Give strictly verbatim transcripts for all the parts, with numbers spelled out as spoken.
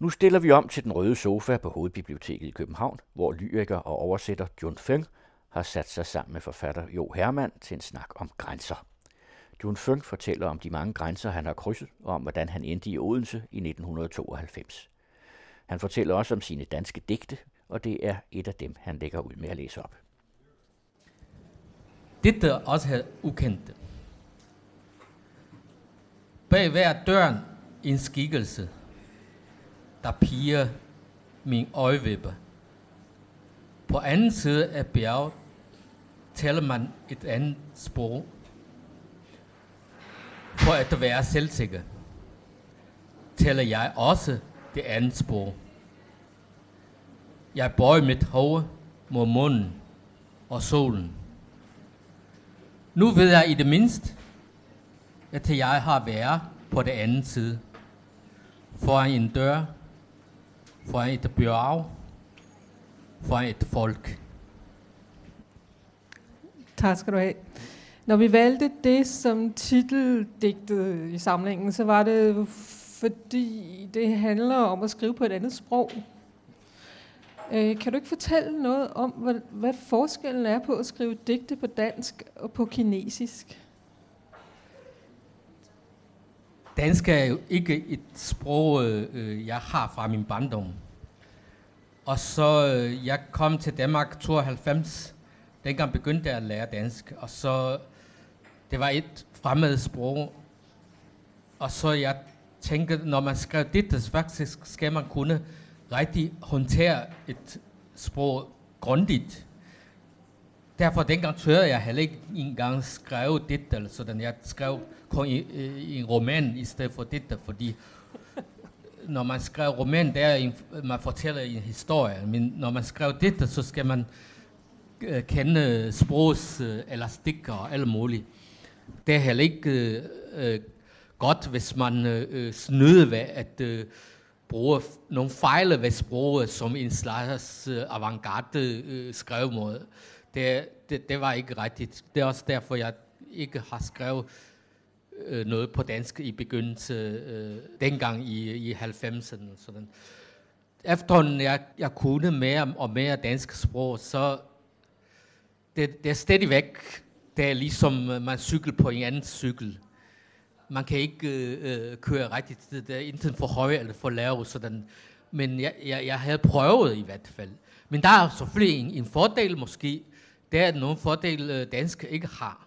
Nu stiller vi om til den røde sofa på Hovedbiblioteket i København, hvor lyriker og oversætter Jun Feng har sat sig sammen med forfatter Jo Hermann til en snak om grænser. Jun Feng fortæller om de mange grænser, han har krydset, og om hvordan han endte i Odense i nitten tooghalvfems. Han fortæller også om sine danske digte, og det er et af dem, han lægger ud med at læse op. Dette er også ukendte. Bag hver døren en skikkelse, der piger min øjevippe. På anden side af bjerget taler man et andet sprog, for at være selvsikker. Taler jeg også det andet sprog. Jeg bøjer mit hoved mod munden og solen. Nu ved jeg i det mindste, at jeg har været på det andet side. Foran en dør, foran et bjerg, foran et folk. Tak skal du have. Når vi valgte det som titeldigtet i samlingen, så var det fordi det handler om at skrive på et andet sprog. Øh, kan du ikke fortælle noget om, hvad, hvad forskellen er på at skrive digte på dansk og på kinesisk? Dansk er jo ikke et sprog, øh, jeg har fra min barndom. Og så øh, jeg kom til Danmark i tooghalvfems. Dengang begyndte jeg at lære dansk, og så det var et fremmed sprog. Og så jeg tænkte, når man skrev digte, faktisk skal man kunne rigtig håndtere et sprog grundigt. Derfor dengang tør jeg heller ikke engang skrive digte, eller sådan. Jeg skrev kun i, i en roman i stedet for digte, fordi når man skrev roman, der en, man fortæller en historie, men når man skrev digte, så skal man øh, kende sprogs øh, elastikker og alt muligt. Det er heller ikke øh, godt, hvis man øh, snyder ved at øh, bruge nogle fejl ved sproget som en slags øh, avantgarde øh, skrevemåde. Det, det, det var ikke rigtigt. Det er også derfor, jeg ikke har skrevet øh, noget på dansk i begyndelse, øh, dengang i, i halvfemserne. Sådan. Efterhånden jeg, jeg kunne mere og mere dansk sprog, så det, det er stadigvæk, det er ligesom man cykler på en anden cykel. Man kan ikke øh, køre rigtigt, det er enten for højt eller for lavt, sådan. Men jeg, jeg, jeg havde prøvet i hvert fald. Men der er selvfølgelig en, en fordel måske, det er nogle fordele dansk ikke har.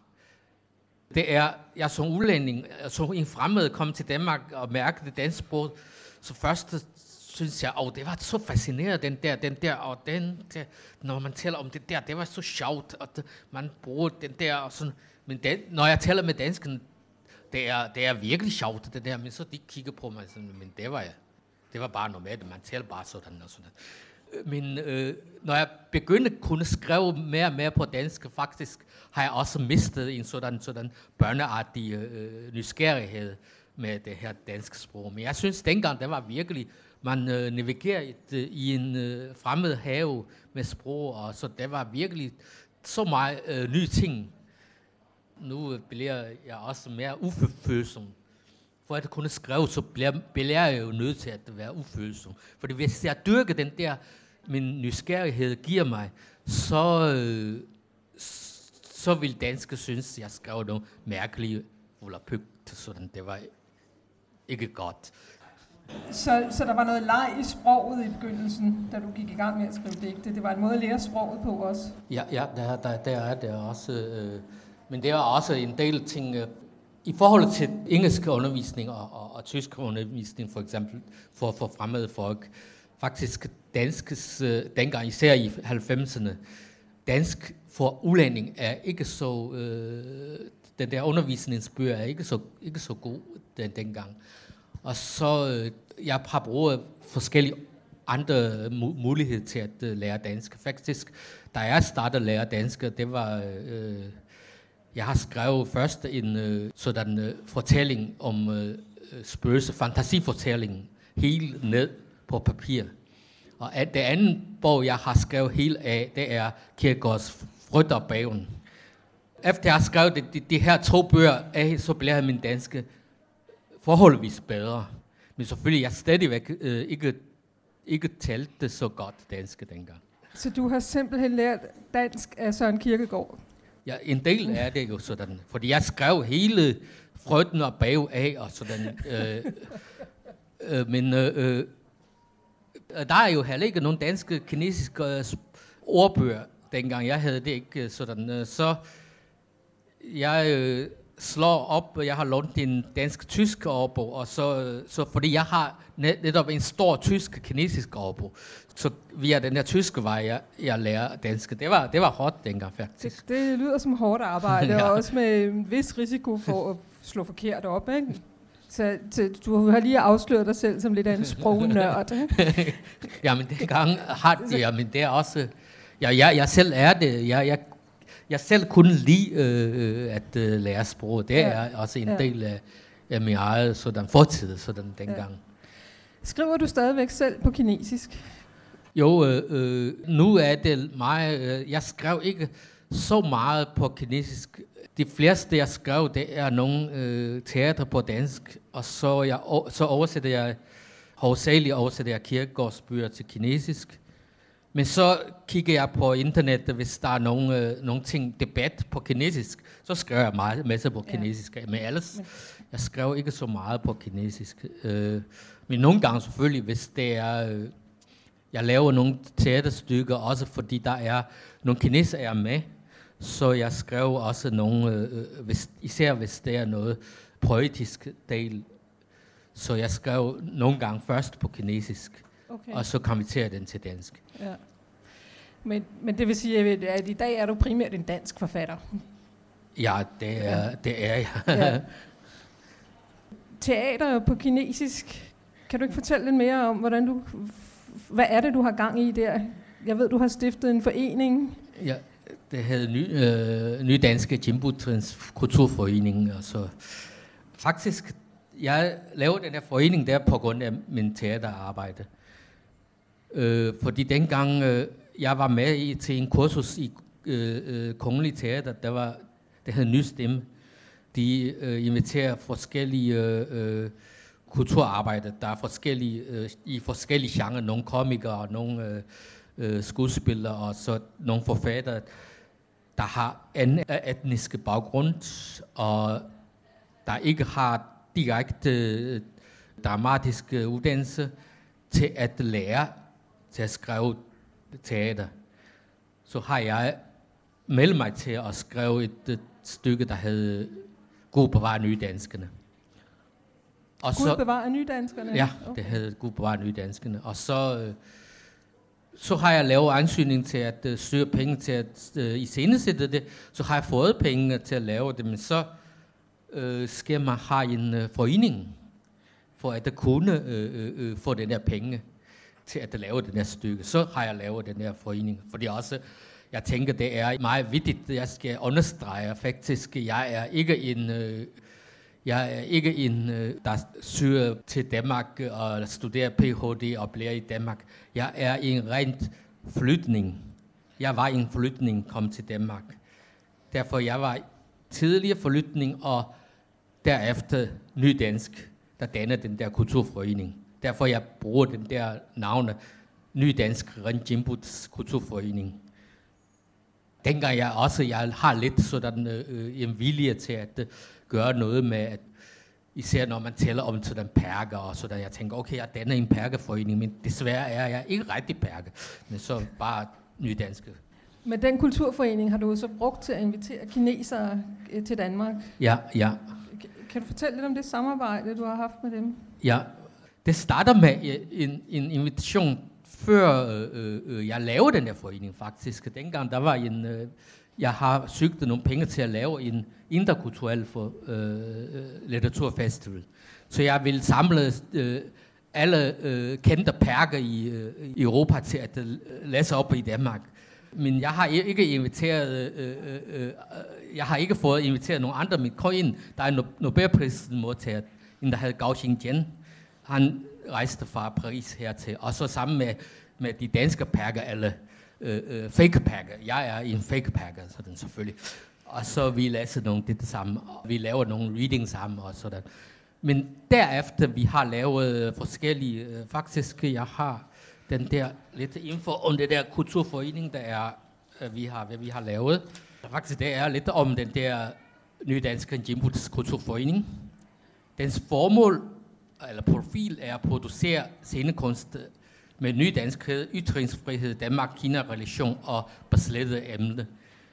Det er, jeg som udlænding, som en fremmed kom til Danmark og mærkede det danske sprog, så først synes jeg, åh, det var så fascinerende, den der, den der, og den der, når man taler om det der, det var så sjovt, og det, man bruger den der, og sådan. Men den, når jeg taler med dansken, det er, det er virkelig sjovt, det der, men så de kigger på mig, sådan, men det var, det var bare normalt, man taler bare sådan og sådan. Men øh, når jeg begyndte at kunne skrive mere og mere på dansk, faktisk har jeg også mistet en sådan, sådan børneartig øh, nysgerrighed med det her danske sprog. Men jeg synes dengang, det var virkelig, man øh, navigerer et, øh, i en øh, fremmed have med sprog, og så det var virkelig så meget øh, nye ting. Nu bliver jeg også mere ufølsom. For at kunne skrive, så bliver, bliver jeg jo nødt til at være ufølsom. Fordi hvis jeg dyrker den der, min nysgerrighed giver mig, så, øh, så vil danske synes, jeg skrev noget mærkeligt, eller pygt, sådan det var ikke godt. Så, så der var noget leg i sproget i begyndelsen, da du gik i gang med at skrive digte. Det var en måde at lære sproget på også. Ja, ja der, der, der er det også. Øh, men det er også en del ting, øh, i forhold til engelsk undervisning og, og, og tysk undervisning, for eksempel, for, for fremmede folk. Faktisk danskes, øh, dengang især i halvfemserne, dansk for udlænding er ikke så, øh, den der undervisningsbøger er ikke så, ikke så god den, dengang. Og så, øh, jeg har brugt forskellige andre mu- muligheder til at øh, lære dansk. Faktisk, da jeg startede at lære dansk, det var, øh, jeg har skrevet først en øh, sådan øh, fortælling om øh, spøgelse, fantasifortælling, helt ned på papir. Og det andet bog, jeg har skrevet helt af, det er Kierkegaards Frygterbagen. Efter jeg har skrevet de, de, de her to bøger af, så bliver min danske forholdsvis bedre. Men selvfølgelig, jeg stadigvæk øh, ikke, ikke talte så godt dansk dengang. Så du har simpelthen lært dansk af Søren Kierkegaard? Ja, en del af det jo sådan. Fordi jeg skrev hele Frøden og Bag af og sådan. Øh, øh, men øh, øh, der er jo heller ikke nogen danske, kinesiske øh, ordbøger dengang. Jeg havde det ikke sådan. Øh, så jeg øh, slår op, jeg har lånt en dansk-tysk ordbog, og så, så fordi jeg har net, netop en stor tysk-kinesisk ordbog, så via den der tyske vej, jeg, jeg lærer dansk. Det var, det var hårdt dengang, faktisk. Det, det lyder som hårdt arbejde, ja. Og også med en vis risiko for at slå forkert op, ikke? Så, så du har lige afsløret dig selv som lidt af en sprognørd. Jamen, dengang har det, jamen, det er også... Ja, jeg, jeg selv er det. Jeg, jeg, jeg selv kunne lide øh, at øh, lære sprog. Det er ja. også en ja. del af, af min eget sådan, fortid sådan, dengang. Ja. Skriver du stadigvæk selv på kinesisk? Jo, øh, øh, nu er det mig. Øh, jeg skrev ikke så meget på kinesisk. De fleste, jeg skrev, det er nogle øh, teater på dansk, og så, jeg, så oversætter jeg, hovedsageligt oversætter jeg Kierkegaards bøger til kinesisk. Men så kigger jeg på internettet, hvis der er nogle, øh, nogle ting, debat på kinesisk, så skriver jeg meget masser på kinesisk. Ja. Men ellers, jeg skrev ikke så meget på kinesisk. Øh, men nogle gange selvfølgelig, hvis det er... Øh, jeg laver nogle teaterstykker, også fordi der er nogle kinesere er med, så jeg skrev også nogle, øh, hvis, især hvis det er noget poetisk del, så jeg skrev nogle gange først på kinesisk, okay. og så konverterer den til dansk. Ja. Men, men det vil sige, at i dag er du primært en dansk forfatter? Ja, det er, ja. det er jeg. Ja. Teater på kinesisk, kan du ikke fortælle lidt mere om, hvordan du, hvad er det, du har gang i der? Jeg ved, du har stiftet en forening. Ja. Det hedder ny, øh, ny Danske Jimbutrins Kulturforening. Altså, faktisk, jeg lavede den her forening der på grund af min teaterarbejde. Øh, fordi dengang øh, jeg var med i, til en kursus i øh, øh, Kongelig Teater, der var, det hed Ny Stemme. De øh, inviterer forskellige øh, kulturarbejdere, der er forskellige, øh, i forskellige genrer, nogle komikere, nogle øh, øh, skuespillere og så nogle forfattere, der har en etnisk baggrund, og der ikke har direkte dramatisk uddannelse til at lære, til at skrive teater. Så har jeg meldt mig til at skrive et, et stykke, der hed Gud bevare nydanskerne. Og Gud så, bevare nydanskerne? Ja, okay. Det hed Gud bevare nydanskerne. Og så... Øh, Så har jeg lavet ansøgning til at uh, søge penge til at uh, iscenesætte det. Så har jeg fået penge til at lave det, men så uh, skal man have en uh, forening for at kunne uh, uh, få den der penge til at lave den der stykke. Så har jeg lavet den der forening, fordi også jeg tænker det er meget vigtigt. Jeg skal understrege faktisk, jeg er ikke en uh, Jeg er ikke en, der søger til Danmark og studerer P H D og bliver i Danmark. Jeg er en rent flytning. Jeg var en flytning, kom til Danmark. Derfor jeg var tidligere flytning og derefter nydansk, der danner den der kulturforening. Derfor jeg bruger den der navne Nydansk Renjimbuts Kulturforening. Dengang jeg også, jeg har lidt sådan øh, en vilje til at øh, gøre noget med, at især når man tæller om sådan perker og sådan, jeg tænker, okay, jeg danner en perkeforening, men desværre er jeg ikke rigtig perke, men så bare nydanske. Men den kulturforening har du så brugt til at invitere kinesere til Danmark? Ja, ja. Kan du fortælle lidt om det samarbejde, du har haft med dem? Ja, det starter med en, en invitation, før øh, øh, jeg lavede den der forening faktisk. Dengang der var en, øh, jeg har søgt nogle penge til at lave en interkulturel for, øh, litteraturfestival. Så jeg vil samle øh, alle øh, kendte perker i, øh, i Europa til at øh, læse op i Danmark. Men jeg har ikke inviteret, øh, øh, jeg har ikke fået inviteret nogen andre. Men kom ind, der er en Nobelprisen modtager, en der hedder Gao Xingjian. Han rejste fra Paris hertil, og så sammen med, med de danske perker, eller øh, øh, fake perker. Jeg er en fake perker, sådan selvfølgelig. Og så vi læser nogle det sammen, og vi laver nogle readings sammen og sådan. Men derefter, vi har lavet forskellige, faktisk jeg har den der lidt info om det der kulturforening, der er, vi har, hvad vi har lavet. Faktisk det er lidt om den der Nye Danske Inputs Kulturforening. Dens formål, eller profil, er at producere scenekunst med ny danskhed, ytringsfrihed, Danmark-Kina-relation og beslættede emne.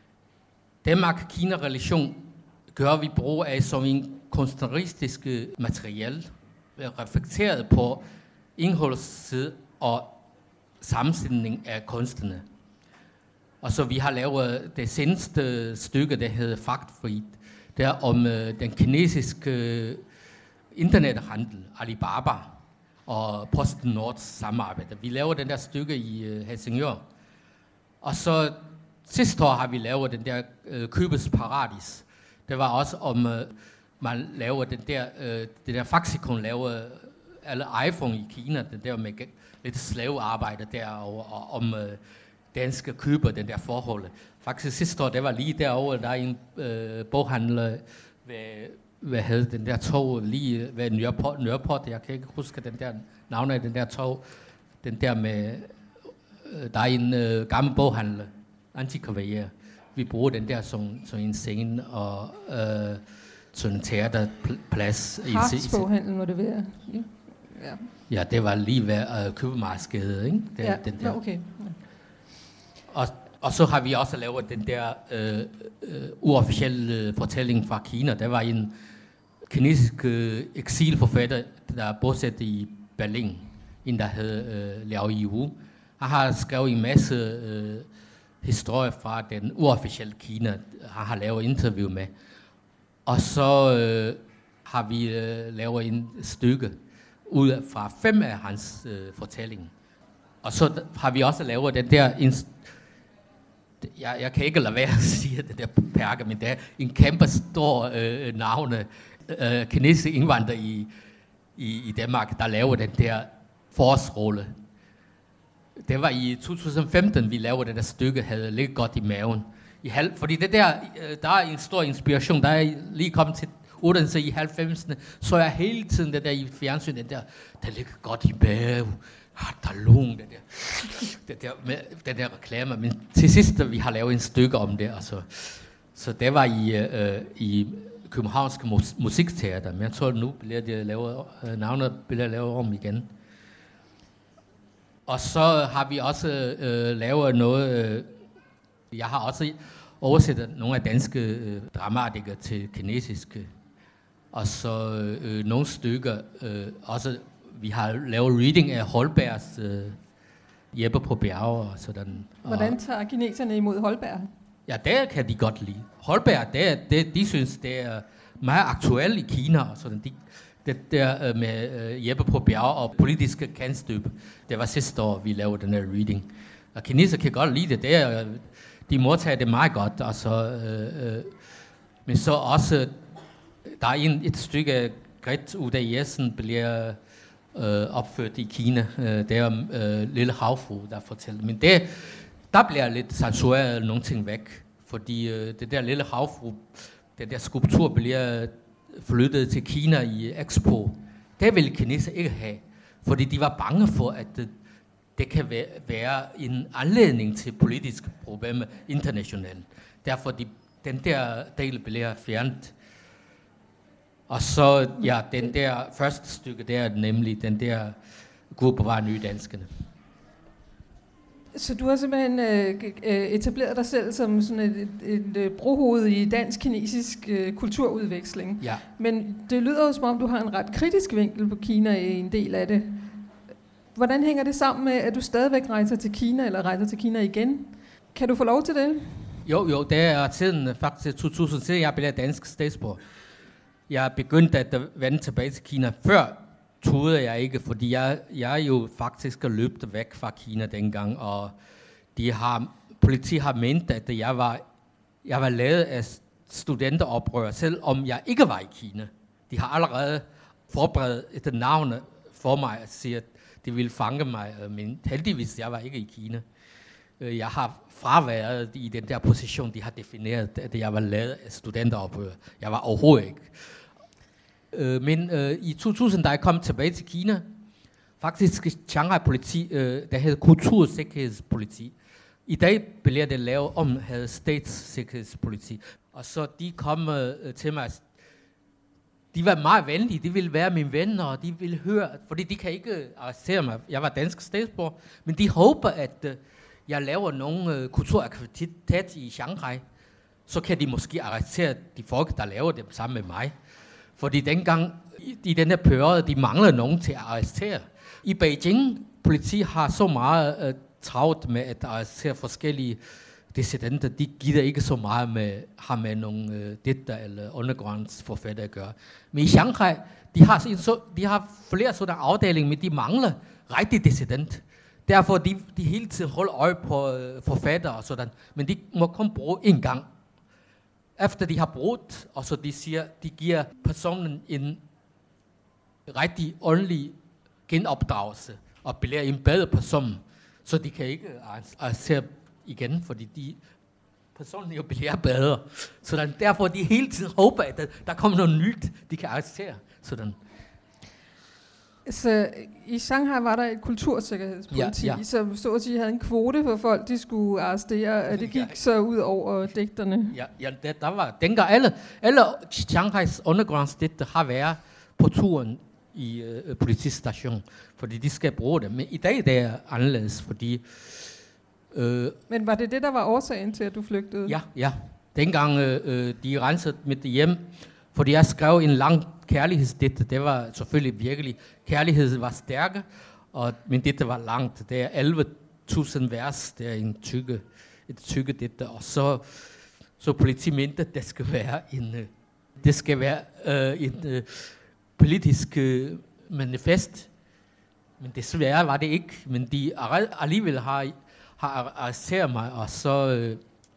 Danmark-Kina-relation gør vi brug af som en kunstneristisk materiale, reflekteret på indholdsside og sammensætning af kunstnerne. Og så vi har lavet det seneste stykke, der hedder Faktfrit, der om øh, den kinesiske øh, internethandel, Alibaba og Posten Nords samarbejde. Vi laver den der stykke i øh, Helsingør. Og så sidste år har vi lavet den der øh, Købets Paradis. Det var også om, øh, man laver den der, øh, det der Faxikon laver alle iPhone i Kina, den der med lidt slavearbejde derovre, og om øh, danske køber, den der forhold. Faktisk sidste år, det var lige derovre, der er en øh, boghandel, ved, hvad hed den der tog, lige ved Nørreport, Nørreport, jeg kan ikke huske den der navn af den der tog, den der med, øh, der er en øh, gammel boghandel, Antikvarier. Vi bruger den der som, som en scene og øh, sådan en teaterplads. Hartsboghandel må det være. Ja. Ja. Ja, det var lige ved øh, købemarkedet, ikke? Den, ja, den der. Okay. Ja. Og, og så har vi også lavet den der øh, øh, uofficielle fortælling fra Kina. Der var en kinesisk øh, eksilforfatter, der er bosat i Berlin, en der hed øh, Liao Yiwu. Han har skrevet en masse øh, historier fra den uofficielle Kina, han har lavet interview med. Og så øh, har vi øh, lavet en stykke ud fra fem af hans øh, fortællinger. Og så har vi også lavet den der, inst- jeg, jeg kan ikke lade være at sige det der perker, men det er en kæmpe stor øh, navne, øh, kinesiske indvandrer i, i, i Danmark, der laver den der forårsrolle. Det var i to tusind og femten, vi lavede det der stykke, havde ligget godt i maven. I halv, fordi det der, der er en stor inspiration, der er lige kommet til Odense i halvfemserne, så er hele tiden det der i fjernsyn, den der, der ligger godt i maven. Talung, det der, det der, med, den der reklame, men til sidst vi har lavet en stykke om det, altså. Så det var i, øh, i Københavnske mus- Musikteater, men jeg tror nu bliver det lavet, øh, navnet bliver lavet om igen. Og så har vi også øh, lavet noget, øh, jeg har også oversat nogle af danske øh, dramatikere til kinesiske, og så øh, nogle stykker, øh, også vi har lavet reading af Holbergs øh, Jeppe på bjerge og sådan. Hvordan tager kineserne imod Holberg? Ja, det kan de godt lide. Holberg, det, det, de synes, det er meget aktuelt i Kina. Og sådan. De, det der med øh, Jeppe på bjerge og politiske kendstøb, det var sidste år, vi lavede den her reading. Og kineser kan godt lide det. det er, de modtager det meget godt. Altså, øh, øh, men så også, der er en, et stykke Gret Uda Jessen bliver øh, opført i Kina. Øh, det er øh, Lille Havfru, der fortæller. Men det, der bliver lidt censureret nogle ting væk. Fordi øh, det der Lille Havfru, den der skulptur bliver flyttet til Kina i Expo. Det ville kineser ikke have. Fordi de var bange for, at det, det kan være, være en anledning til politiske problemer internationalt. Derfor de, den der del bliver fjernet. Og så, ja, den der første stykke, der er nemlig den der Gud bevare nye danskerne. Så du har simpelthen øh, etableret dig selv som sådan et, et, et brohoved i dansk-kinesisk øh, kulturudveksling. Ja. Men det lyder jo som om, du har en ret kritisk vinkel på Kina i en del af det. Hvordan hænger det sammen med, at du stadigvæk rejser til Kina, eller rejser til Kina igen? Kan du få lov til det? Jo, jo, det er siden faktisk to tusind, siden jeg blev dansk statsborger. Jeg begyndte at vende tilbage til Kina. Før troede jeg ikke, fordi jeg, jeg jo faktisk løbet væk fra Kina dengang, og de har, politi har ment, at jeg var, jeg var lavet af studenteroprør, selvom jeg ikke var i Kina. De har allerede forberedt et navn for mig at sige, at de ville fange mig, men heldigvis jeg var ikke i Kina. Jeg har fraværet i den der position, de har defineret, at jeg var lavet af studenteroprør. Jeg var overhovedet ikke. Øh, men øh, i to tusind, da jeg kom tilbage til Kina, faktisk Shanghai-politi, øh, der hedder kultursikkerhedspoliti. I dag bliver det lavet om, havde statssikkerhedspoliti. Og så de kom øh, til mig, de var meget venlige, de ville være mine venner, og de ville høre, fordi de kan ikke arrestere mig, jeg var dansk statsborger, men de håber, at øh, jeg laver nogle øh, kulturaktivitet i Shanghai, så kan de måske arrestere de folk, der laver dem sammen med mig. Fordi dengang, i, i den her periode, de manglede nogen til at arrestere. I Beijing, politi har så meget øh, travlt med at arrestere forskellige dissidenter. De gider ikke så meget med, har med nogle øh, digter eller undergrundsforfattere at gøre. Men i Shanghai, de har, så, de har flere sådan afdelinger, men de mangler rigtig dissident. Derfor de, de hele tiden holder øje på øh, forfattere og sådan, men de må kun bruge en gang. Efter de har brugt, og så de siger, de giver personen en rigtig åndelig genopdragelse og bliver en bedre person, så de kan ikke arrestere igen, fordi de personen jo bliver bedre. Så derfor de hele tiden håber, at der, der kommer noget nyt, de kan arrestere. Sådan. Så i Shanghai var der et kultursikkerhedspoliti, ja, ja. som så at sige havde en kvote for folk, de skulle arrestere, og det gik så ud over digterne. Ja, ja der, der var, dengang alle, alle Shanghais undergrundsdigter har været på turen i øh, politistation, fordi de skal bruge det. Men i dag det er anderledes, fordi... Øh, Men var det det, der var årsagen til, at du flygtede? Ja, ja. Dengang øh, de rensede mit hjem, fordi jeg skrev en lang kærlighedsdigte. Det var selvfølgelig virkelig... Kærligheden var stærke, og min digte var langt. Det er elleve tusind vers. Det er en tykke, et tykke digte. Og så, så politi mente, at det skal være en... Øh, det skal være øh, en... Øh, politisk øh, manifest, men desværre var det ikke, men de alligevel har, har arresteret mig, og så, øh,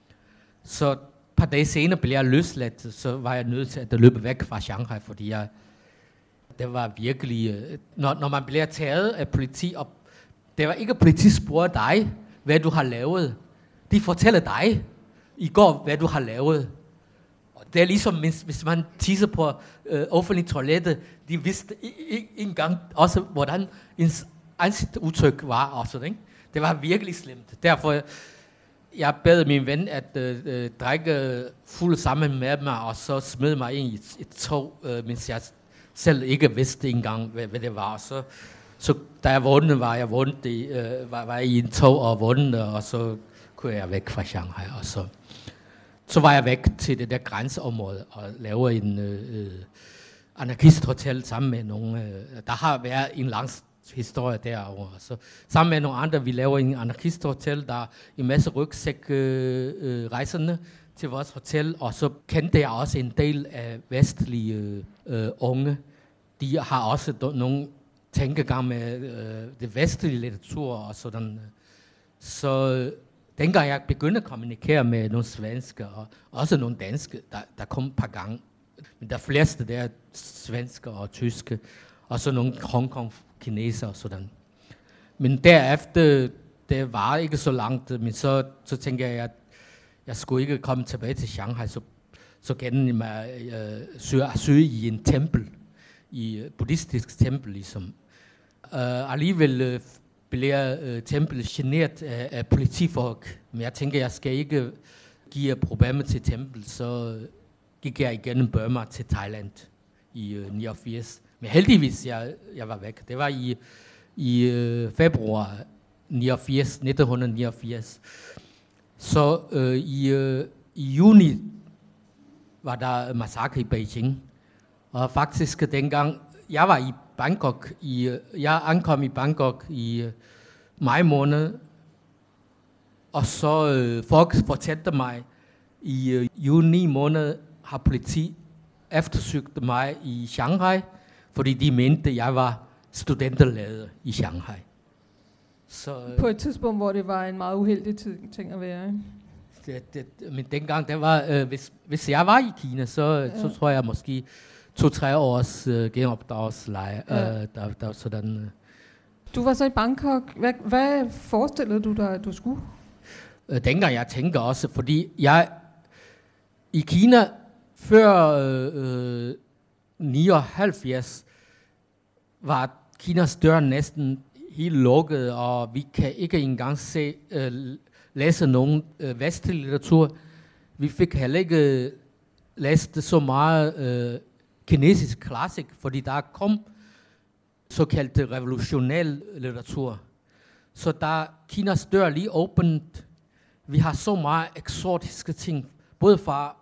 så et par dage senere blev jeg løsladt, så var jeg nødt til at løbe væk fra Shanghai, fordi jeg, det var virkelig, øh, når, når man bliver taget af politi, og det var ikke politi spørger dig, hvad du har lavet, de fortæller dig i går, hvad du har lavet. Det er ligesom, hvis man tisser på øh, offentlige toiletter, de vidste ikke engang også, hvordan ens ansigtsudtryk var. Også, ikke? Det var virkelig slemt. Derfor jeg bad min ven at øh, drikke fuld sammen med mig, og så smed mig ind i et, et tog, øh, mens jeg selv ikke vidste engang, hvad, hvad det var. Så, så da jeg vågnede, var jeg vågnet i, øh, var, var i en tog og vågnede, og så kunne jeg væk fra Shanghai. Og så Så var jeg væk til det der grænseområde og laver en øh, anarkisthotel sammen med nogle. Øh, der har været en lang historie derovre. Så sammen med nogle andre, vi laver en anarkisthotel, der er en masse rygsæk øh, øh, rejsende til vores hotel, og så kendte jeg også en del af vestlige øh, unge. De har også do- nogle tænkegang med øh, det vestlige litteratur og sådan. Så dengang jeg begyndte at kommunikere med nogle svensker, og også nogle danske, der, der kom et par gange. Men der fleste der er svensker og tyske, og så nogle Hongkong-kineser og sådan. Men derefter, det var ikke så langt, men så, så tænkte jeg, at jeg skulle ikke komme tilbage til Shanghai, så, så kendte jeg mig øh, søge asyl i en tempel, i et buddhistisk tempel ligesom. Uh, alligevel øh, blev uh, templet generet af, af politifolk, men jeg tænker, jeg skal ikke give problemer til tempel, så gik jeg igennem Burma til Thailand i uh, niogfirs. Men heldigvis, jeg, jeg var væk. Det var i, i uh, februar niogfirs, nitten niogfirs. Så uh, i, uh, i juni var der massakre i Beijing. Og faktisk dengang, jeg var i Bangkok, i, jeg ankom i Bangkok i uh, maj måned, og så uh, folk fortalte mig, i uh, juni måned har politi eftersøgt mig i Shanghai, fordi de mente, at jeg var studenterleder i Shanghai. Så, uh, på et tidspunkt, hvor det var en meget uheldig ting at være. Det, det, men dengang, det var, øh, hvis, hvis jeg var i Kina, så, ja. så tror jeg måske to-tre års øh, genopdragelsesleje. Ja. Øh, der, der, sådan, øh. Du var så i Bangkok. Hvad, hvad forestillede du dig, at du skulle? Øh, dengang jeg tænker også, fordi jeg i Kina, før øh, nioghalvfjerds var Kinas dør næsten helt lukket, og vi kan ikke engang se, øh, læse nogen øh, vestlig litteratur. Vi fik heller ikke læst så meget øh, kinesisk klassik, fordi der kom såkaldt revolutionel litteratur. Så da Kinas dør lige åbent, vi har så meget eksotiske ting, både fra,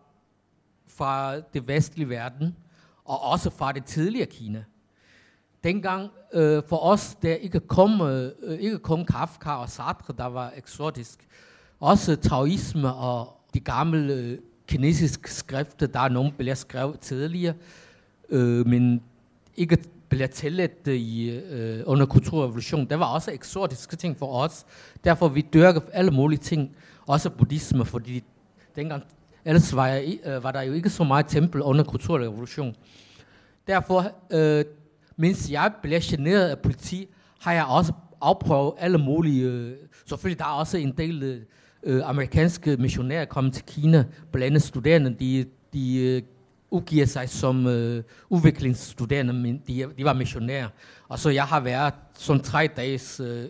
fra det vestlige verden, og også fra det tidligere Kina. Dengang øh, for os, der ikke kom, øh, ikke kom Kafka og Sartre, der var eksotisk. Også taoisme og de gamle øh, kinesiske skrifter, der er nogle, der bliver skrevet tidligere, øh, men ikke bliver tilladt i, øh, under kulturrevolutionen. Det var også eksotiske ting for os. Derfor vi dyrker alle mulige ting, også buddhisme, fordi dengang ellers var, jeg, øh, var der jo ikke så meget tempel under kulturrevolutionen. Derfor, øh, mens jeg blev generet af politi, har jeg også afprøvet alle mulige. Øh, selvfølgelig der er også en del øh, amerikanske missionærer kommet til Kina, blandt andet studerende, de, de øh, udgiver sig som øh, udviklingsstuderende, men de, de var missionærer. Og så jeg har været som tre dages, øh,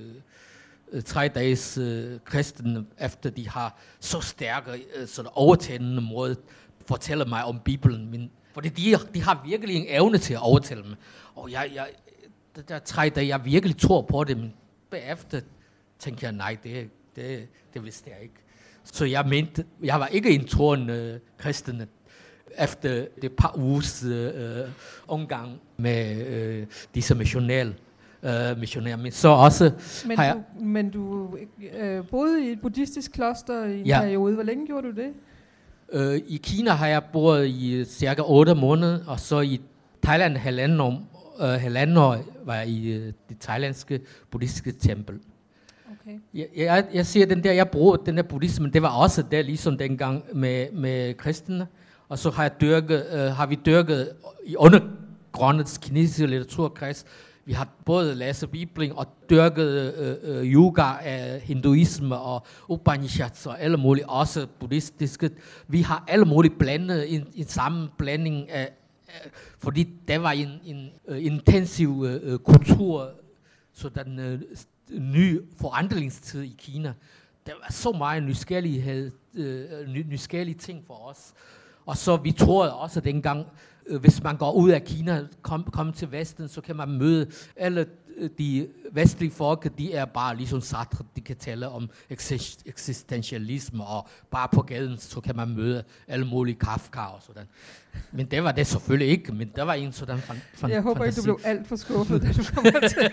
øh, tre dages øh, kristne, efter de har så stærke, øh, sådan overtagende måde fortælle mig om Bibelen. Men, fordi de, de har virkelig en evne til at overtale mig. Og jeg, jeg, det der tre dage, jeg virkelig tror på det, men bagefter tænkte jeg, nej, det, det, det vidste jeg ikke. Så jeg mente, jeg var ikke en troende øh, kristne, efter det par ugers øh, omgang med øh, disse missionære, øh, missionærer. Men så også men har du, jeg... Men du øh, boede i et buddhistisk kloster i en ja. periode. Hvor længe gjorde du det? Øh, I Kina har jeg boet i cirka otte måneder, og så i Thailand halvanden år, øh, halvanden år var jeg i øh, det thailandske buddhistiske tempel. Okay. Jeg, jeg, jeg siger, den der, jeg bruger den der buddhismen, det var også der ligesom dengang med, med kristne. Og så har, jeg dyrket, øh, har vi dyrket i undergrundets kinesiske litteraturkreds. Vi har både læst Bibelen og dyrket øh, øh, yoga af hinduisme og Upanishads og alle mulige, også buddhistiske. Vi har alle mulige blandet i en samme blanding af, af, fordi der var en, en uh, intensiv uh, kultur, sådan uh, ny forandringstid i Kina. Der var så meget nysgerrighed, uh, ny, nysgerrige ting for os. Og så vi troede også dengang, øh, hvis man går ud af Kina, kom, kom til Vesten, så kan man møde alle de vestlige folk, de er bare ligesom Sartre, de kan tale om eksistentialisme, og bare på gaden, så kan man møde alle mulige Kafka og sådan. Men det var det selvfølgelig ikke, men der var en sådan fan, fan, Jeg håber fantasi. ikke, du blev alt for skuffet, da du kommer til.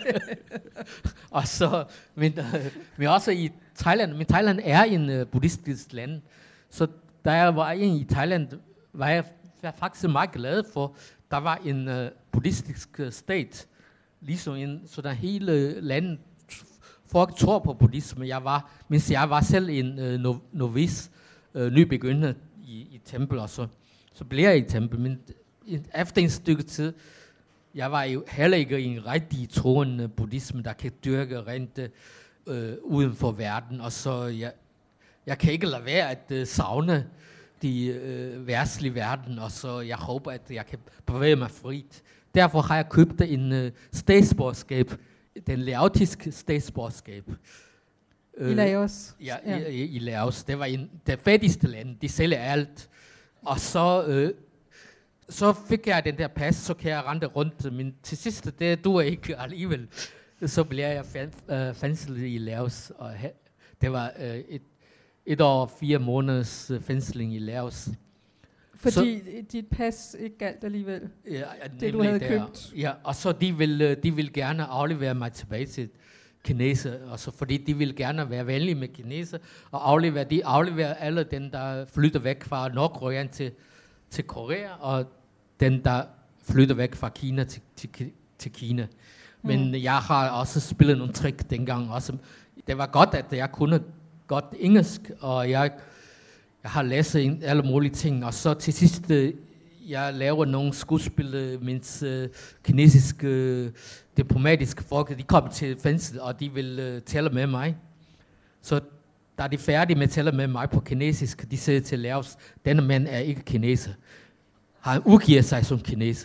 Og så, men, øh, men også i Thailand, men Thailand er en uh, buddhistisk land, så da jeg var inde i Thailand, var jeg faktisk meget glad for, der var en uh, buddhistisk uh, stat, ligesom en sådan hele landet. Folk tror på buddhisme. Jeg var, mens jeg var selv en uh, novice, uh, nybegynder i, i tempel, og så, så blev jeg i tempel. Men efter en stykke tid, jeg var jo heller ikke en rigtig troende buddhisme, der kan dyrke rent uh, uden for verden, og så jeg, Jeg kan ikke lade være at uh, savne de øh, værtslige verden, og så jeg håber, at jeg kan bevæge mig frit. Derfor har jeg købt en øh, statsborgerskab, den laotiske statsborgerskab. I Laos? Ja, ja. I, i Laos. Det var en, det fattigste land, de sælger alt. Og så, øh, så fik jeg den der pas, så kan jeg rende rundt, men til sidst, det duer ikke alligevel. Så blev jeg fængslet i Laos, og det var øh, et Et år og fire måneders uh, fængsling i Laos. Fordi så, dit pas ikke galt alligevel? Ja, ja, det du havde der. købt? Ja, og så de vil, de vil gerne aflevere mig tilbage til kineser, og så fordi de vil gerne være venlige med kineser, og aflevere, de afleverer alle den, der flytter væk fra Nordkorea til, til Korea, og den, der flytter væk fra Kina til, til, til Kina. Men mm. jeg har også spillet nogle trick dengang. Også. Det var godt, at jeg kunne godt engelsk, og jeg, jeg har læst alle mulige ting, og så til sidst, jeg laver nogle skuespil, mens uh, kinesiske uh, diplomatiske folk, de kom til fængsel, og de vil uh, tale med mig. Så da de er færdige med at tale med mig på kinesisk, de siger til Laos, denne mand er ikke kineser. han udgiver sig som kineser.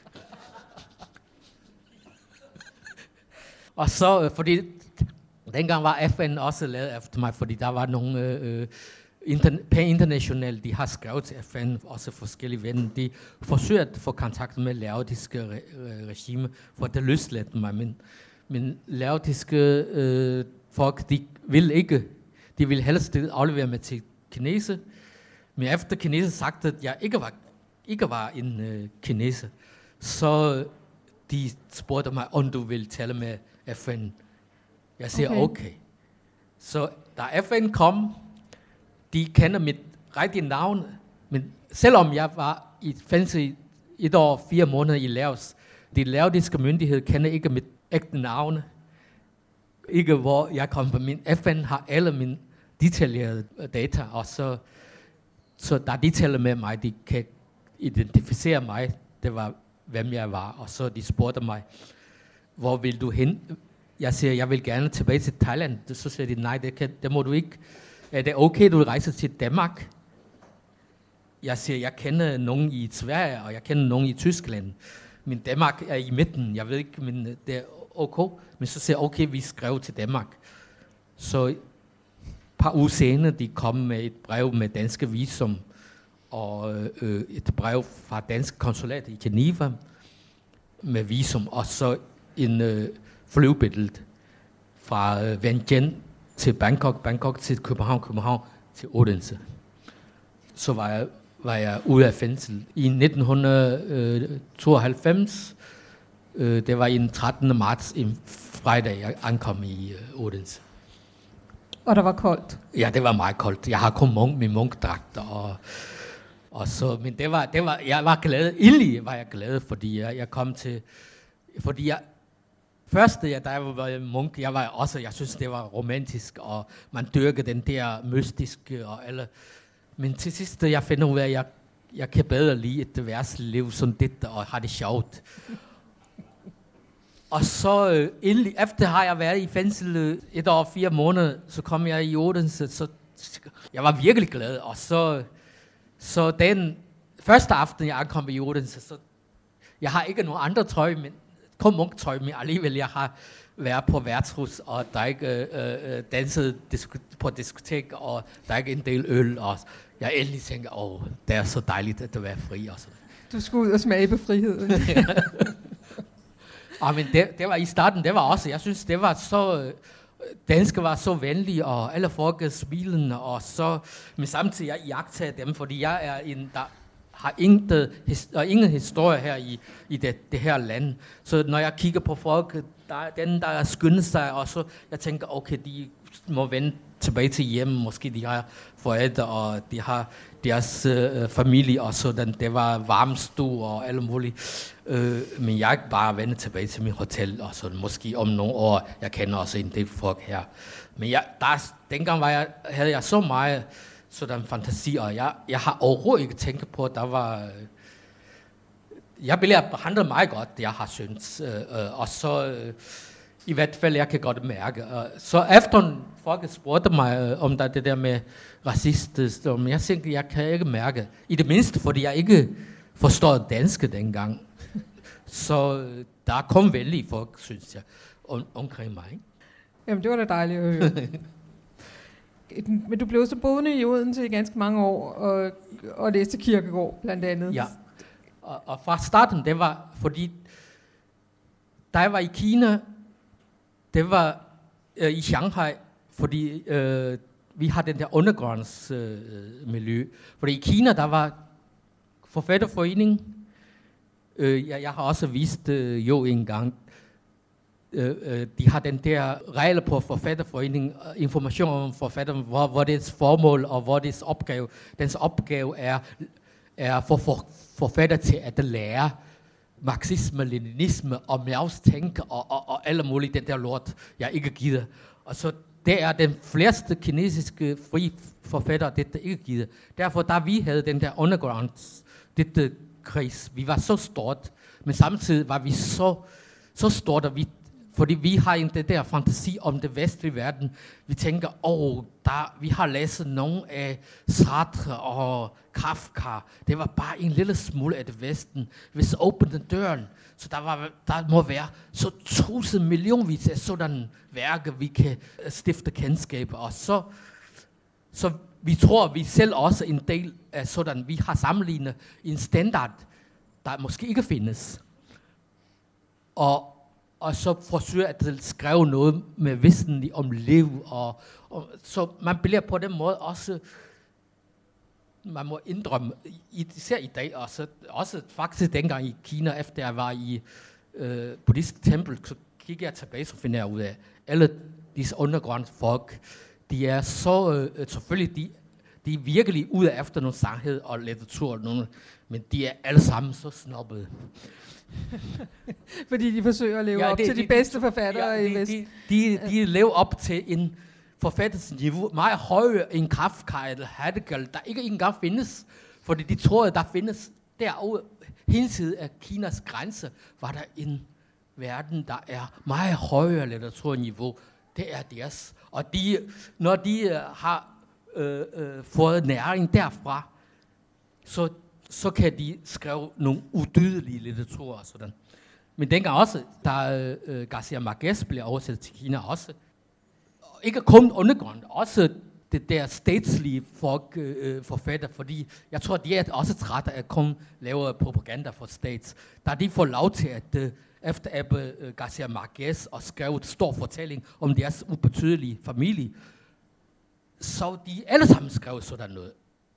Og så, øh, fordi dengang var F N også lavet efter mig, fordi der var nogle øh, interna- internationale, de har skrevet til F N, også forskellige venner, de forsøger at få kontakt med laotiske re- regime, for at det løslette mig, men, men laotiske øh, folk, de vil ikke, de vil helst aflevere mig til kineser, men efter kineser sagde, at jeg ikke var, ikke var en øh, kineser, så de spurgte mig, om du vil tale med F N. Jeg siger okay. okay. Så da F N kom, de kender mit rigtige navn, men selvom jeg var i fængsel et år, fire måneder i Laos, de laotiske myndigheder kender ikke mit ægte navn, ikke hvor jeg kom fra. Min F N har alle mine detaljerede data, og så, så da de taler med mig, de kan identificere mig, det var hvem jeg var, og så de spurgte mig, hvor vil du hen? Jeg siger, jeg vil gerne tilbage til Thailand. Så siger de, nej, det, kan, det må du ikke. Er det okay, du rejser til Danmark? Jeg siger, jeg kender nogen i Sverige, og jeg kender nogen i Tyskland. Men Danmark er i midten. Jeg ved ikke, men det er okay. Men så siger jeg, okay, vi skrev til Danmark. Så et par uger senere, de kom med et brev med danske visum, og øh, et brev fra dansk konsulat i Geneva med visum, og så en øh, flyvebillede fra øh, Vientiane til Bangkok, Bangkok til København, København til Odense. Så var jeg, var jeg ude af fængsel. I nitten tooghalvfems, øh, det var den trettende marts, en fredag, jeg ankom i øh, Odense. Og der var koldt? Ja, det var meget koldt. Jeg har kun munk, min munkdragt, og, og så, men det var, det var, jeg var glad, endelig var jeg glad, fordi jeg, jeg kom til, fordi jeg, første, ja, da jeg var munk, jeg var også, jeg synes, det var romantisk, og man dyrkede den der mystiske og alle. Men til sidst, jeg finder ud af, at jeg, jeg kan bedre lide et værtsliv som det, og have det sjovt. Og så øh, endelig, efter har jeg været i fængsel et år og fire måneder, så kom jeg i Odense, så jeg var virkelig glad. Og så, så den første aften, jeg ankom i Odense, så jeg har ikke nogen andre tøj, men kun munktøj, men alligevel jeg har været på værtshus og drikke, øh, danset disko- på diskotek og drikke en del øl, og jeg endelig tænker, åh, det er så dejligt, at det er fri. Og så. Du skulle ud og smage på friheden. Ja, men det, det var i starten, det var også, jeg synes, det var så, danske var så venlige, og alle folk er smilende, og så, men samtidig jeg iagttager dem, fordi jeg er en, der har ingen, his, ingen historie her i, i det, det her land. Så når jeg kigger på folk, der er den, der skynder sig, og så jeg tænker, okay, de må vende tilbage til hjemme, måske de har forældre, og de har deres øh, familie, og sådan, det var varmestue og alle mulige. Øh, men jeg er bare vendt tilbage til min hotel, og så måske om nogle år, jeg kender også en del folk her. Men jeg, der, dengang var jeg, havde jeg så meget sådan fantasi, og jeg, jeg har overhovedet ikke tænkt på, at der var... Jeg blev behandlet meget godt, jeg har syntes, øh, og så... Øh, i hvert fald, jeg kan godt mærke. Så efter folk spurgte mig om der, det der med racist, men jeg tænkte, jeg kan ikke mærke. I det mindste, fordi jeg ikke forstår dansk dengang. Så der kom vældig folk, synes jeg, om, omkring mig. Ikke? Jamen, det var da dejligt at høre. Men du blev så boende i Odense i ganske mange år, og, og læste Kierkegaard blandt andet. Ja, og, og fra starten, det var, fordi da jeg var i Kina, det var øh, i Shanghai, fordi øh, vi har den der undergrundsmiljø. Øh, fordi i Kina, der var forfatterforening. Øh, jeg, jeg har også vist øh, jo en gang. Øh, øh, de har den der regler på forfatterforening, information om forfatteren, hvor, hvor dets formål og hvor dets opgave. Dens opgave er, er for, for forfatter til at lære marxisme, leninisme og Miaos tænke og, og, og alle mulige den der lort, jeg ikke gider. Og så det er den fleste kinesiske fri forfattere, det der ikke gider. Derfor, da vi havde den der underground, det kreds, vi var så stort, men samtidig var vi så, så stort, at vi Fordi vi har en det der fantasi om det vestlige verden. Vi tænker, åh, oh, der, vi har læst nogle af Sartre og Kafka. Det var bare en lille smule af det vesten. Hvis åbnede døren, så der, var, der må være så tusind millionvis af sådan værker, vi kan stifte kendskab. Og så, så vi tror, vi selv også en del af sådan, vi har sammenlignet en standard, der måske ikke findes. Og og så forsøger at skrive noget med visten om liv, og, og så man bliver på den måde også, man må indrømme, især i dag, også, også faktisk dengang i Kina, efter jeg var i øh, buddhistisk tempel, så kigger jeg tilbage, så finder jeg ud af, alle disse undergrundsfolk, de er så, øh, selvfølgelig, de, de er virkelig ude efter noget sandhed og litteratur, nogle, men de er alle sammen så snobbede. Fordi de forsøger at leve ja, op det, til de, de bedste forfattere ja, de, i Vest. De, de, de, de lever op til en forfatterniveau meget højere end Kafka eller Heidegger, der ikke engang findes. Fordi de tror, at der findes derude, henside af Kinas grænse, var der en verden, der er meget højere litteraturniveau. Det er deres. Og de, når de uh, har uh, uh, fået næring derfra, så så kan de skrive nogle udødelige litteraturer og sådan. Men dengang også, da uh, Garcia Marquez blev oversat til Kina også, ikke kun undergrund, også det der statslige folk uh, forfatter, fordi jeg tror, de er også trætte af at kun lave propaganda for stats. Da de får lov til at uh, efter uh, Garcia Marquez og skrev et stor fortælling om deres ubetydelige familie, så de alle sammen skrev sådan noget.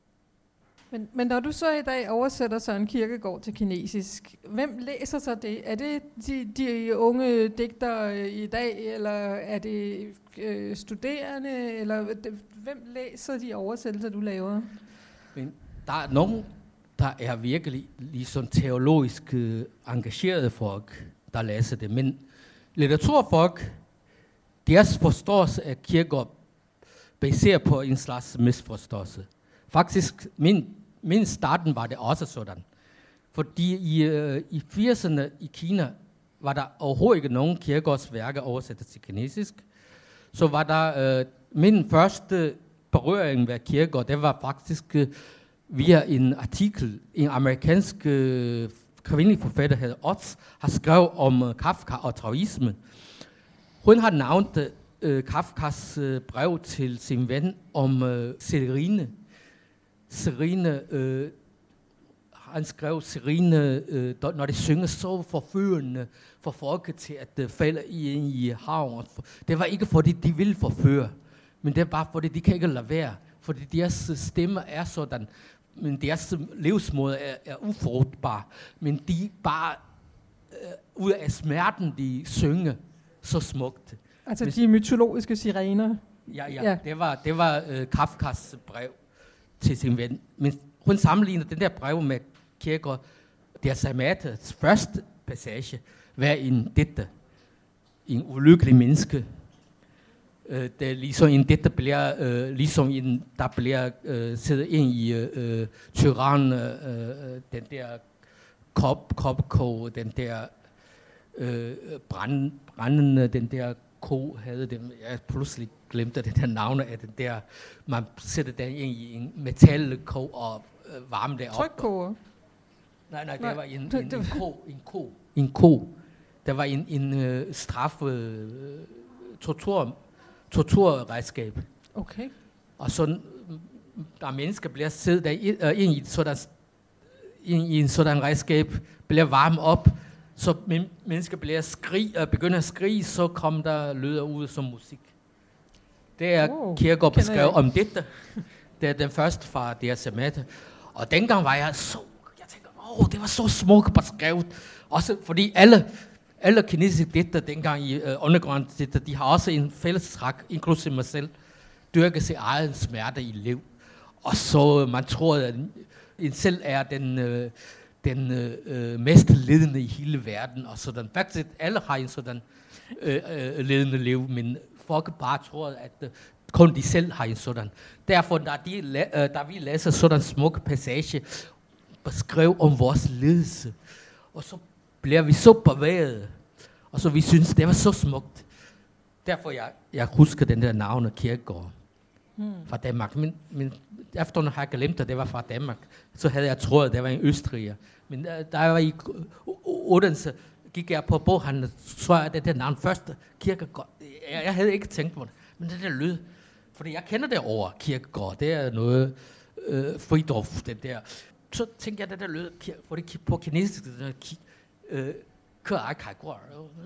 Men, men når du så i dag oversætter Søren Kierkegaard til kinesisk, hvem læser så det? Er det de, de unge digtere i dag, eller er det øh, studerende, eller hvem læser de oversættelser, du laver? Men der er nogen, der er virkelig ligesom teologisk øh, engagerede folk, der læser det. Men litteraturfolk, deres forståelse af Kierkegaard baseret på en slags misforståelse. Faktisk, min, min starten var det også sådan. Fordi i, øh, i firserne i Kina var der overhovedet ikke nogen Kierkegaards værker oversat til kinesisk. Så var der øh, min første berøring med Kierkegaard, det var faktisk øh, via en artikel, en amerikansk øh, kvindelig forfatter, hedder Oz, har skrevet om øh, Kafka og taoisme. Hun har navnet øh, Kafkas øh, brev til sin ven om øh, Serine. Serine, øh, han skrev Serine, øh, når det synger så forførende for folket til at øh, falde ind i havn. Det var ikke fordi de ville forføre, men det er bare fordi de kan ikke lade være. Fordi deres stemmer er sådan, men deres livsmåde er, er ufrugtbar. Men de bare, øh, ud af smerten, de synger så smukt. Altså men, de mytologiske sirener? Ja, ja, ja. det var, det var øh, Kafkas brev til sin ven. Men hun sammenligner den der brev med Kierkegaard, der Samatas første passage, hvad en digter, en ulykkelig menneske, øh, der ligesom en digter bliver, øh, ligesom en, der bliver øh, siddet ind i øh, tyran, øh, den der kop, kopkog, den der øh, brand, brændende, den der ko havde den, jeg pludselig glemte det der navne af den der, man sætter den ind i en metalkog og øh, varme det op. Trykkoger? Nej, nej, det var en, en, en ko, en ko, en ko. Der var en, en uh, straffe, uh, tortur, torturredskab. Okay. Og så, der mennesker bliver siddet der uh, ind i sådan, ind i en sådan redskab, bliver varmet op, så men, mennesker bliver skrig, uh, begynder at skrige, så kommer der lyder ud som musik. Det er oh, Kierkegaard beskrevet om dette. Det er den første fra D S Samata. Og dengang var jeg så, jeg tænkte, åh, oh, det var så smukt beskrevet. Også fordi alle, alle kinesiske digter dengang i uh, undergrund digter, de har også en fælles træk, inklusive mig selv, dyrke sin egen smerte i liv. Og så man tror, at en selv er den, øh, den øh, mest ledende i hele verden. Og sådan. Faktisk alle har en sådan øh, øh, ledende liv, men folk bare tror, at øh, kun de selv har en sådan. Derfor, da, de, øh, da vi læser sådan en smuk passage, beskrev om vores ledelse, og så bliver vi så bevæget. Og så vi synes det var så smukt. Derfor jeg, jeg husker den der navn Kierkegaard hmm. fra Danmark. Men, men efterhånden har jeg glemt, at det var fra Danmark. Så havde jeg troet, at det var en østriger. Men da jeg var i Odense, gik jeg på boghandlen, så jeg det der navn først, Kierkegaard. Jeg, jeg havde ikke tænkt på det, men det der lyd. Fordi jeg kender det over Kierkegaard. Det er noget øh, Friedorf, det der. Så tænkte jeg, det der lyd, fordi på kinesisk, det der øh, Kierkegaard.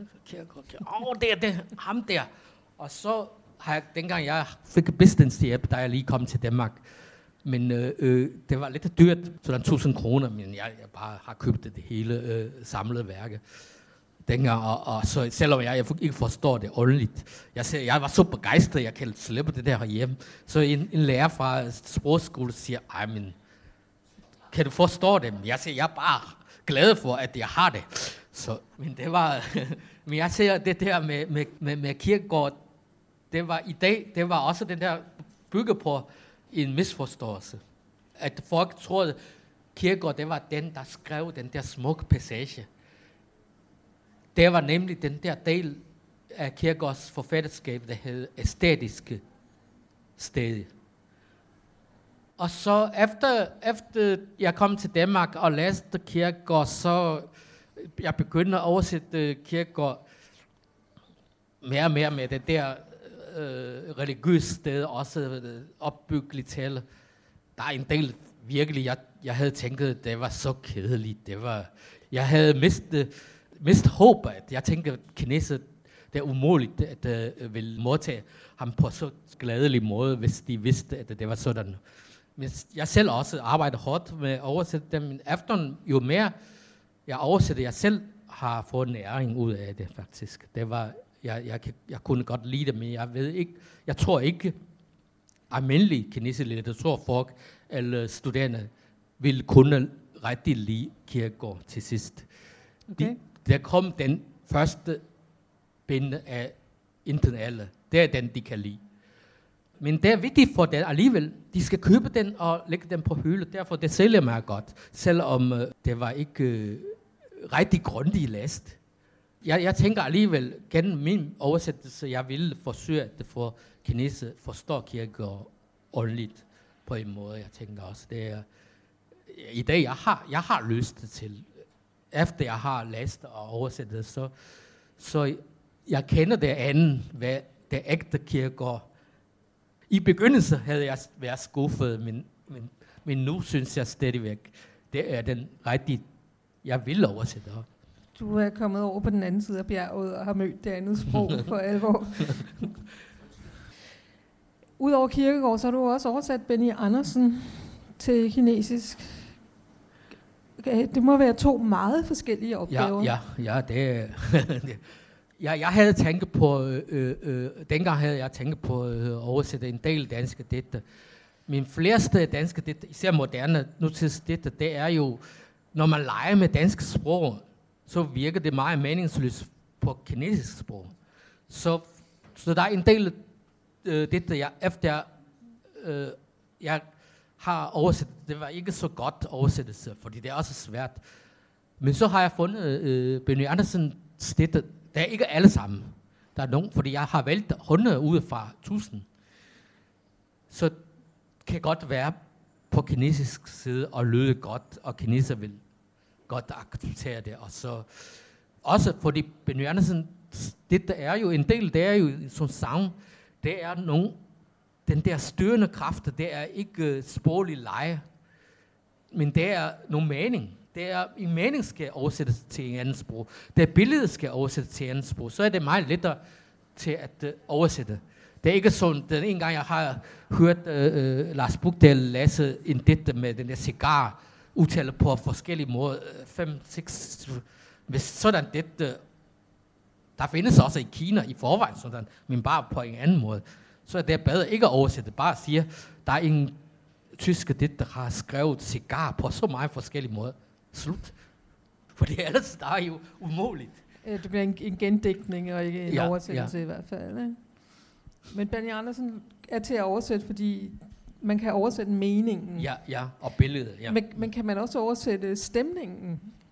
Åh, det er det, ham der. Og så har jeg, dengang jeg fik bistandshjælp, da jeg lige kom til Danmark, men øh, øh, det var lidt dyrt, sådan tusind kroner, men jeg, jeg bare har købt det hele øh, samlede værke dengang, og, og så selvom jeg, jeg ikke forstår det ordentligt, jeg, jeg var så begejstret, jeg kan slippe det der hjemme, så en, en lærer fra sprogskole siger, ej, men kan du forstå det? Jeg siger, jeg er bare glad for, at jeg har det. Så, men det var, men jeg ser det der med, med, med, med Kierkegaard, det var i dag, det var også den der bygge på en misforståelse. At folk troede, Kierkegaard, det var den, der skrev den der smukke passage. Det var nemlig den der del af Kierkegaards forfatterskab, der hed æstetiske steder. Og så efter, efter jeg kom til Danmark og læste Kierkegaard, så jeg begyndte at oversætte Kierkegaard mere og mere med det der øh, religiøse sted, også øh, opbyggeligt tale. Der er en del virkelig, jeg, jeg havde tænkt, at det var så kedeligt. Det var, jeg havde mistet, mistet håb, at jeg tænkte, at kineser, det er umuligt at uh, ville modtage ham på så glædelig måde, hvis de vidste, at det var sådan. Men jeg selv også arbejder hårdt med at oversætte dem, men efter jo mere jeg oversætter, jeg selv har fået næring ud af det faktisk. Det var, jeg, jeg, jeg kunne godt lide det, men jeg ved ikke, jeg tror ikke, almindelige kinesiske litteraturfolk eller studerende ville kunne rigtig lide Kierkegaard til sidst. Okay. De, der kom den første bind af internale. Det er den, de kan lide. Men det er vigtigt for dem alligevel. De skal købe den og lægge den på hylde. Derfor det sælger mig godt, selvom uh, det var ikke uh, rigtig grundigt læst. Jeg, jeg tænker alligevel, gennem min oversættelse, jeg ville forsøge at få kineser forstår Kierkegaard ordentligt på en måde. Jeg tænker også, det er i dag, jeg har, jeg har lyst til, efter jeg har læst og oversættet, så, så jeg kender det andet, hvad det ægte Kierkegaard. I begyndelsen havde jeg været skuffet, men, men, men nu synes jeg stadigvæk, det er den rigtige, jeg vil oversætte. Du er kommet over på den anden side af bjerget og har mødt det andet sprog for alvor. Udover Kierkegaard, så har du også oversat Benny Andersen til kinesisk. Det må være to meget forskellige opgaver. Ja, ja, ja det ja, jeg havde tænkt på, øh, øh, dengang havde jeg tænkt på øh, at oversætte en del danske digte. Min fleste danske digte, især moderne nutidsdigte, det er jo, når man leger med dansk sprog, så virker det meget meningsløst på kinesisk sprog. Så, så der er en del øh, digte, jeg efter øh, jeg har oversat, det var ikke så godt oversættelse, fordi det er også svært. Men så har jeg fundet øh, Benny Andersens digte. Det er ikke alle sammen. Der er nogen, fordi jeg har valgt hundrede ud fra tusind. Så det kan godt være på kinesisk side og lyde godt, og kineser vil godt acceptere det. Og så også fordi Benny Andersen, det der er jo en del, det er jo som sang, det er nogen, den der styrende kraft, det er ikke sproglig leje, men det er nogen mening. Det er, en mening skal oversættes til en anden sprog. Det billede skal oversættes til en anden sprog. Så er det meget lettere til at uh, oversætte. Det er ikke sådan, den en gang jeg har hørt uh, uh, Lars Bukdal læse en digte med den der cigar, udtale på forskellige måder, fem, seks, hvis sådan digte, der findes også i Kina i forvejen sådan, men bare på en anden måde. Så er det bedre ikke at oversætte, bare at sige, der er en tyske digter, der har skrevet cigar på så meget forskellige måder. Slut. For det ellers der er jo umuligt. Det bliver en, en gendækning og ikke en ja, oversættelse ja. I hvert fald. Ikke? Men Benny Andersen er til at oversætte, fordi man kan oversætte meningen. Ja, ja, og billedet. Ja. Men, men kan man også oversætte stemningen?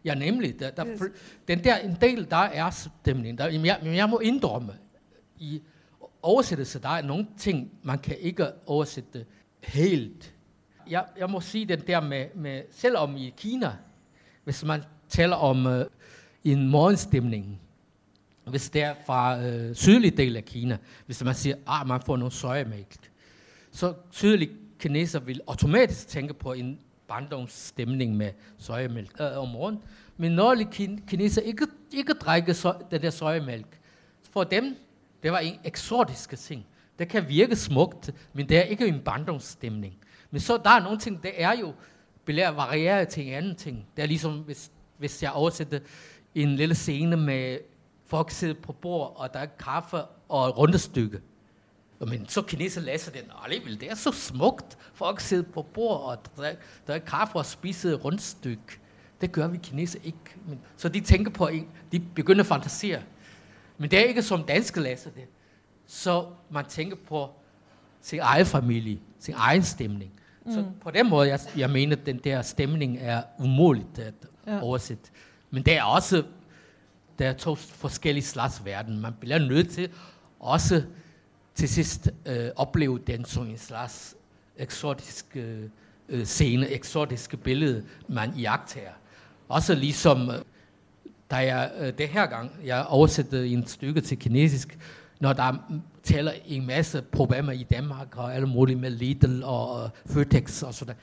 Ja, nemlig. Der, der, den der en del, der er stemning. Der, jeg, jeg må indrømme, i oversættelse, der er nogle ting, man kan ikke oversætte helt. Jeg, jeg må sige den der med, med, selvom i Kina, hvis man taler om øh, en morgenstemning, hvis det er fra øh, sydlig del af Kina, hvis man siger, at man får noget sojamælk, så sydlige kineser vil automatisk tænke på en barndomsstemning med sojamælk øh, om morgenen. Men nordlige kin- kineser ikke, ikke drikker so- den der sojamælk. For dem, det var en eksotisk ting. Det kan virke smukt, men det er ikke en barndomsstemning. Men så der er nogle ting, det er jo belærer varieret til en anden ting. Det er ligesom, hvis, hvis jeg oversætter en lille scene med folk sidder på bord, og der er kaffe og et rundestykke. Men så kineser læser den, og alligevel, det er så smukt. Folk sidder på bord, og der, der er kaffe og spiser et rundstykke. Det gør vi kineser ikke. Men, så de tænker på, en, de begynder at fantasere. Men det er ikke som danske læser det. Så man tænker på sin egen familie, sin egen stemning. Mm. Så på den måde, jeg, jeg mener, at den der stemning er umuligt at ja. oversætte. Men det er også, der er to forskellige slags verden. Man bliver nødt til også til sidst øh, opleve den som en slags eksotisk øh, scene, eksotiske billede, man iagttager. Også ligesom, da jeg øh, det her gang, jeg oversætter en stykke til kinesisk, når der taler en masse problemer i Danmark, og alle mulige med Lidl og uh, Føtex og sådan.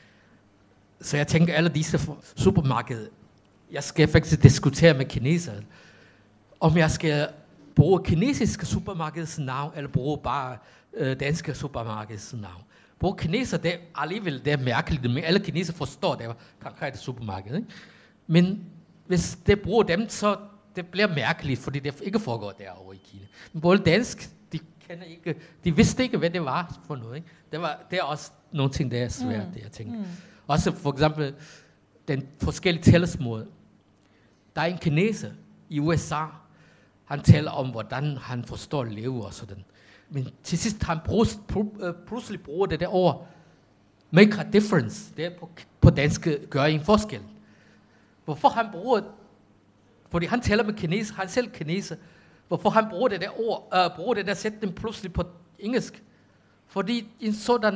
Så jeg tænker, alle disse supermarkeder, jeg skal faktisk diskutere med kinesere, om jeg skal bruge kinesiske supermarkeds navn, eller bruge bare øh, danske supermarkeds navn. Bruge kineser, det er alligevel det er mærkeligt, men alle kineser forstår, det er konkret supermarked. Ikke? Men hvis det bruger dem, så det bliver mærkeligt, fordi det ikke foregår derovre i Kina. Men både dansk, de kender ikke, de vidste ikke, hvad det var for noget. Ikke? Det, var, det er også nogle ting, der er svært, mm. det jeg tænker. Mm. Også for eksempel, den forskellige tællersmåde. Der er en kineser i U S A, han taler om, hvordan han forstår leve og sådan. Men til sidst, han pludselig bruger det der ord, make a difference. Det er på, på dansk, gør en forskel. Hvorfor han bruger, fordi han taler med kineser, han selv kineser, hvorfor han bruger det der ord, øh, bruger det der sætning pludselig på engelsk? Fordi en sådan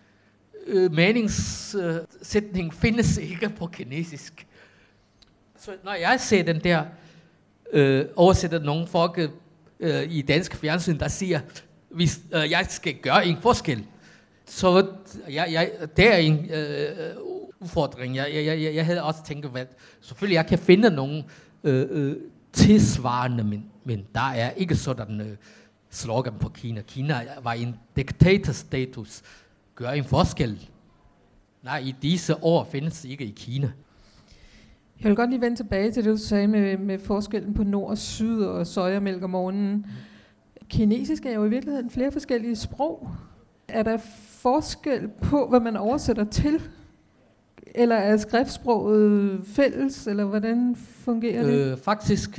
øh, meningssætning øh, findes ikke på kinesisk. Så når jeg ser den der, øh, oversætter nogle folk øh, i dansk fjernsyn, der siger, hvis øh, jeg skal gøre en forskel, så jeg, jeg, det er en øh, udfordring. Jeg, jeg, jeg, jeg havde også tænkt, at selvfølgelig jeg kan finde nogle øh, øh, tilsvarende, men, men der er ikke sådan øh, slogan på Kina. Kina var en diktatorstatus. Gør en forskel. Nej, i disse år findes det ikke i Kina. Jeg vil godt lige vende tilbage til det, du sagde med, med forskellen på nord og syd og sojamælk om morgenen. Mm. Kinesisk er jo i virkeligheden flere forskellige sprog. Er der forskel på, hvad man oversætter til? Eller er skriftsproget fælles, eller hvordan fungerer det? Øh, faktisk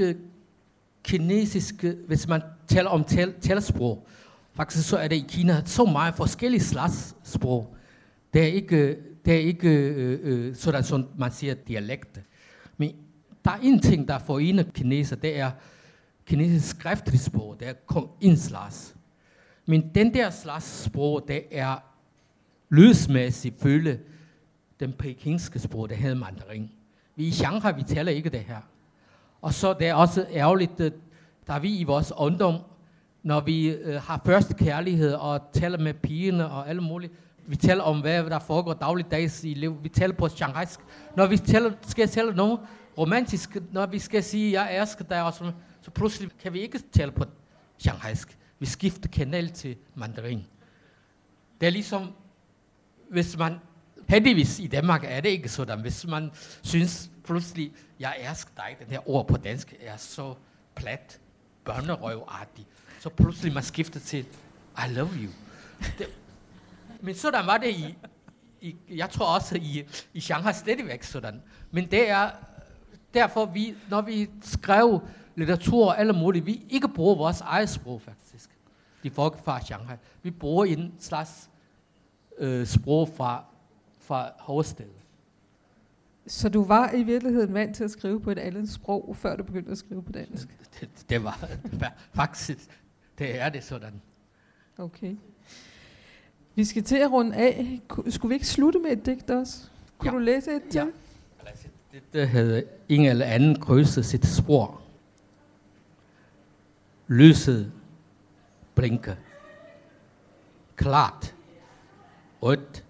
kinesisk, hvis man taler om tal- talsprog, faktisk så er det i Kina så meget forskellige slags sprog. Det er ikke, det er ikke øh, øh, sådan, som man siger dialekt. Men der er en ting, der forener kineser, det er kinesisk skriftligt sprog, det er en slags. Men den der slags sprog, det er lydsmæssigt følge den pekinske sprog, det hedder mandarin. Vi i Shanghai, vi taler ikke det her. Og så det er også ærgerligt, da vi i vores ungdom, når vi øh, har første kærlighed og taler med pigerne og alle mulige, vi taler om, hvad der foregår dagligdags i livet. Vi taler på shanghaisk. Når vi taler, skal tale noget romantisk, når vi skal sige, jeg elsker dig, og så, så pludselig kan vi ikke tale på shanghaisk. Vi skifter kanal til mandarin. Det er ligesom, hvis man, heldigvis i Danmark er det ikke sådan, hvis man synes pludselig, jeg elsker dig, den her ord på dansk er så plat, børnerøvagtigt, så pludselig man skifter til, I love you. Det, men sådan var det i, i jeg tror også i, i Shanghai stadigvæk sådan. Men det er derfor, vi, når vi skrev litteratur og alle mulige, vi ikke bruger vores eget sprog faktisk. De folk fra Shanghai. Vi bruger en slags øh, sprog fra, fra hovedstedet. Så du var i virkeligheden vant til at skrive på et andet sprog, før du begyndte at skrive på dansk? Det, det var faktisk, det er det sådan. Okay. Vi skal til at runde af. Skulle vi ikke slutte med et digt også? Kunne ja. du læse et til? Ja. Det havde ingen eller anden krydset sit spor. Lyset blinker. Klart. Rødt.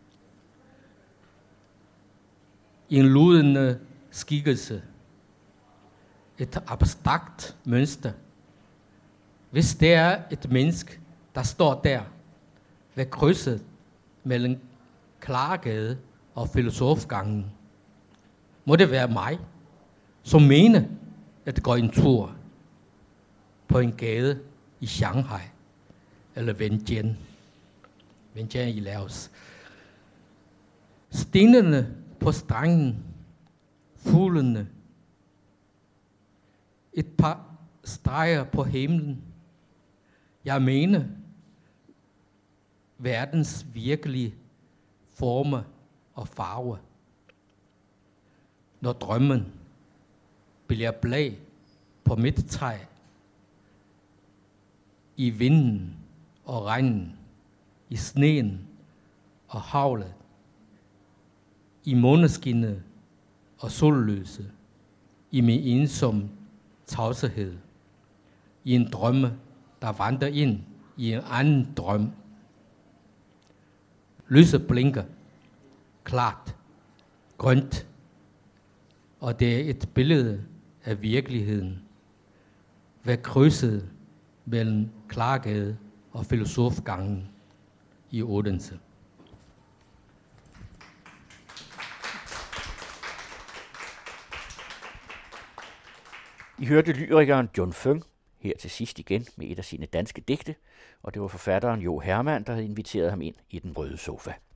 I en ludende skikkelse. Et abstrakt mønster. Hvis det er et menneske, der står der ved krydset mellem Klaregade og Filosofgangen, må det være mig, som mener at gå en tur på en gade i Shanghai eller Vientiane. Vientiane i Laos. Stenene på stranden, fuglene, et par streger på himlen. Jeg mener verdens virkelige former og farver. Når drømmen bliver blag på mit træ, i vinden og regnen, i sneen og havlet, i måneskinnet og solløse, i min ensomme tavshed, i en drømme, der vandrer ind i en anden drøm. Lyset blinker, klart, grønt, og det er et billede af virkeligheden, ved krydset mellem Klaregade og Filosofgangen i Odense. I hørte lyrikeren John Føng her til sidst igen med et af sine danske digte, og det var forfatteren Jo Hermann, der havde inviteret ham ind i den røde sofa.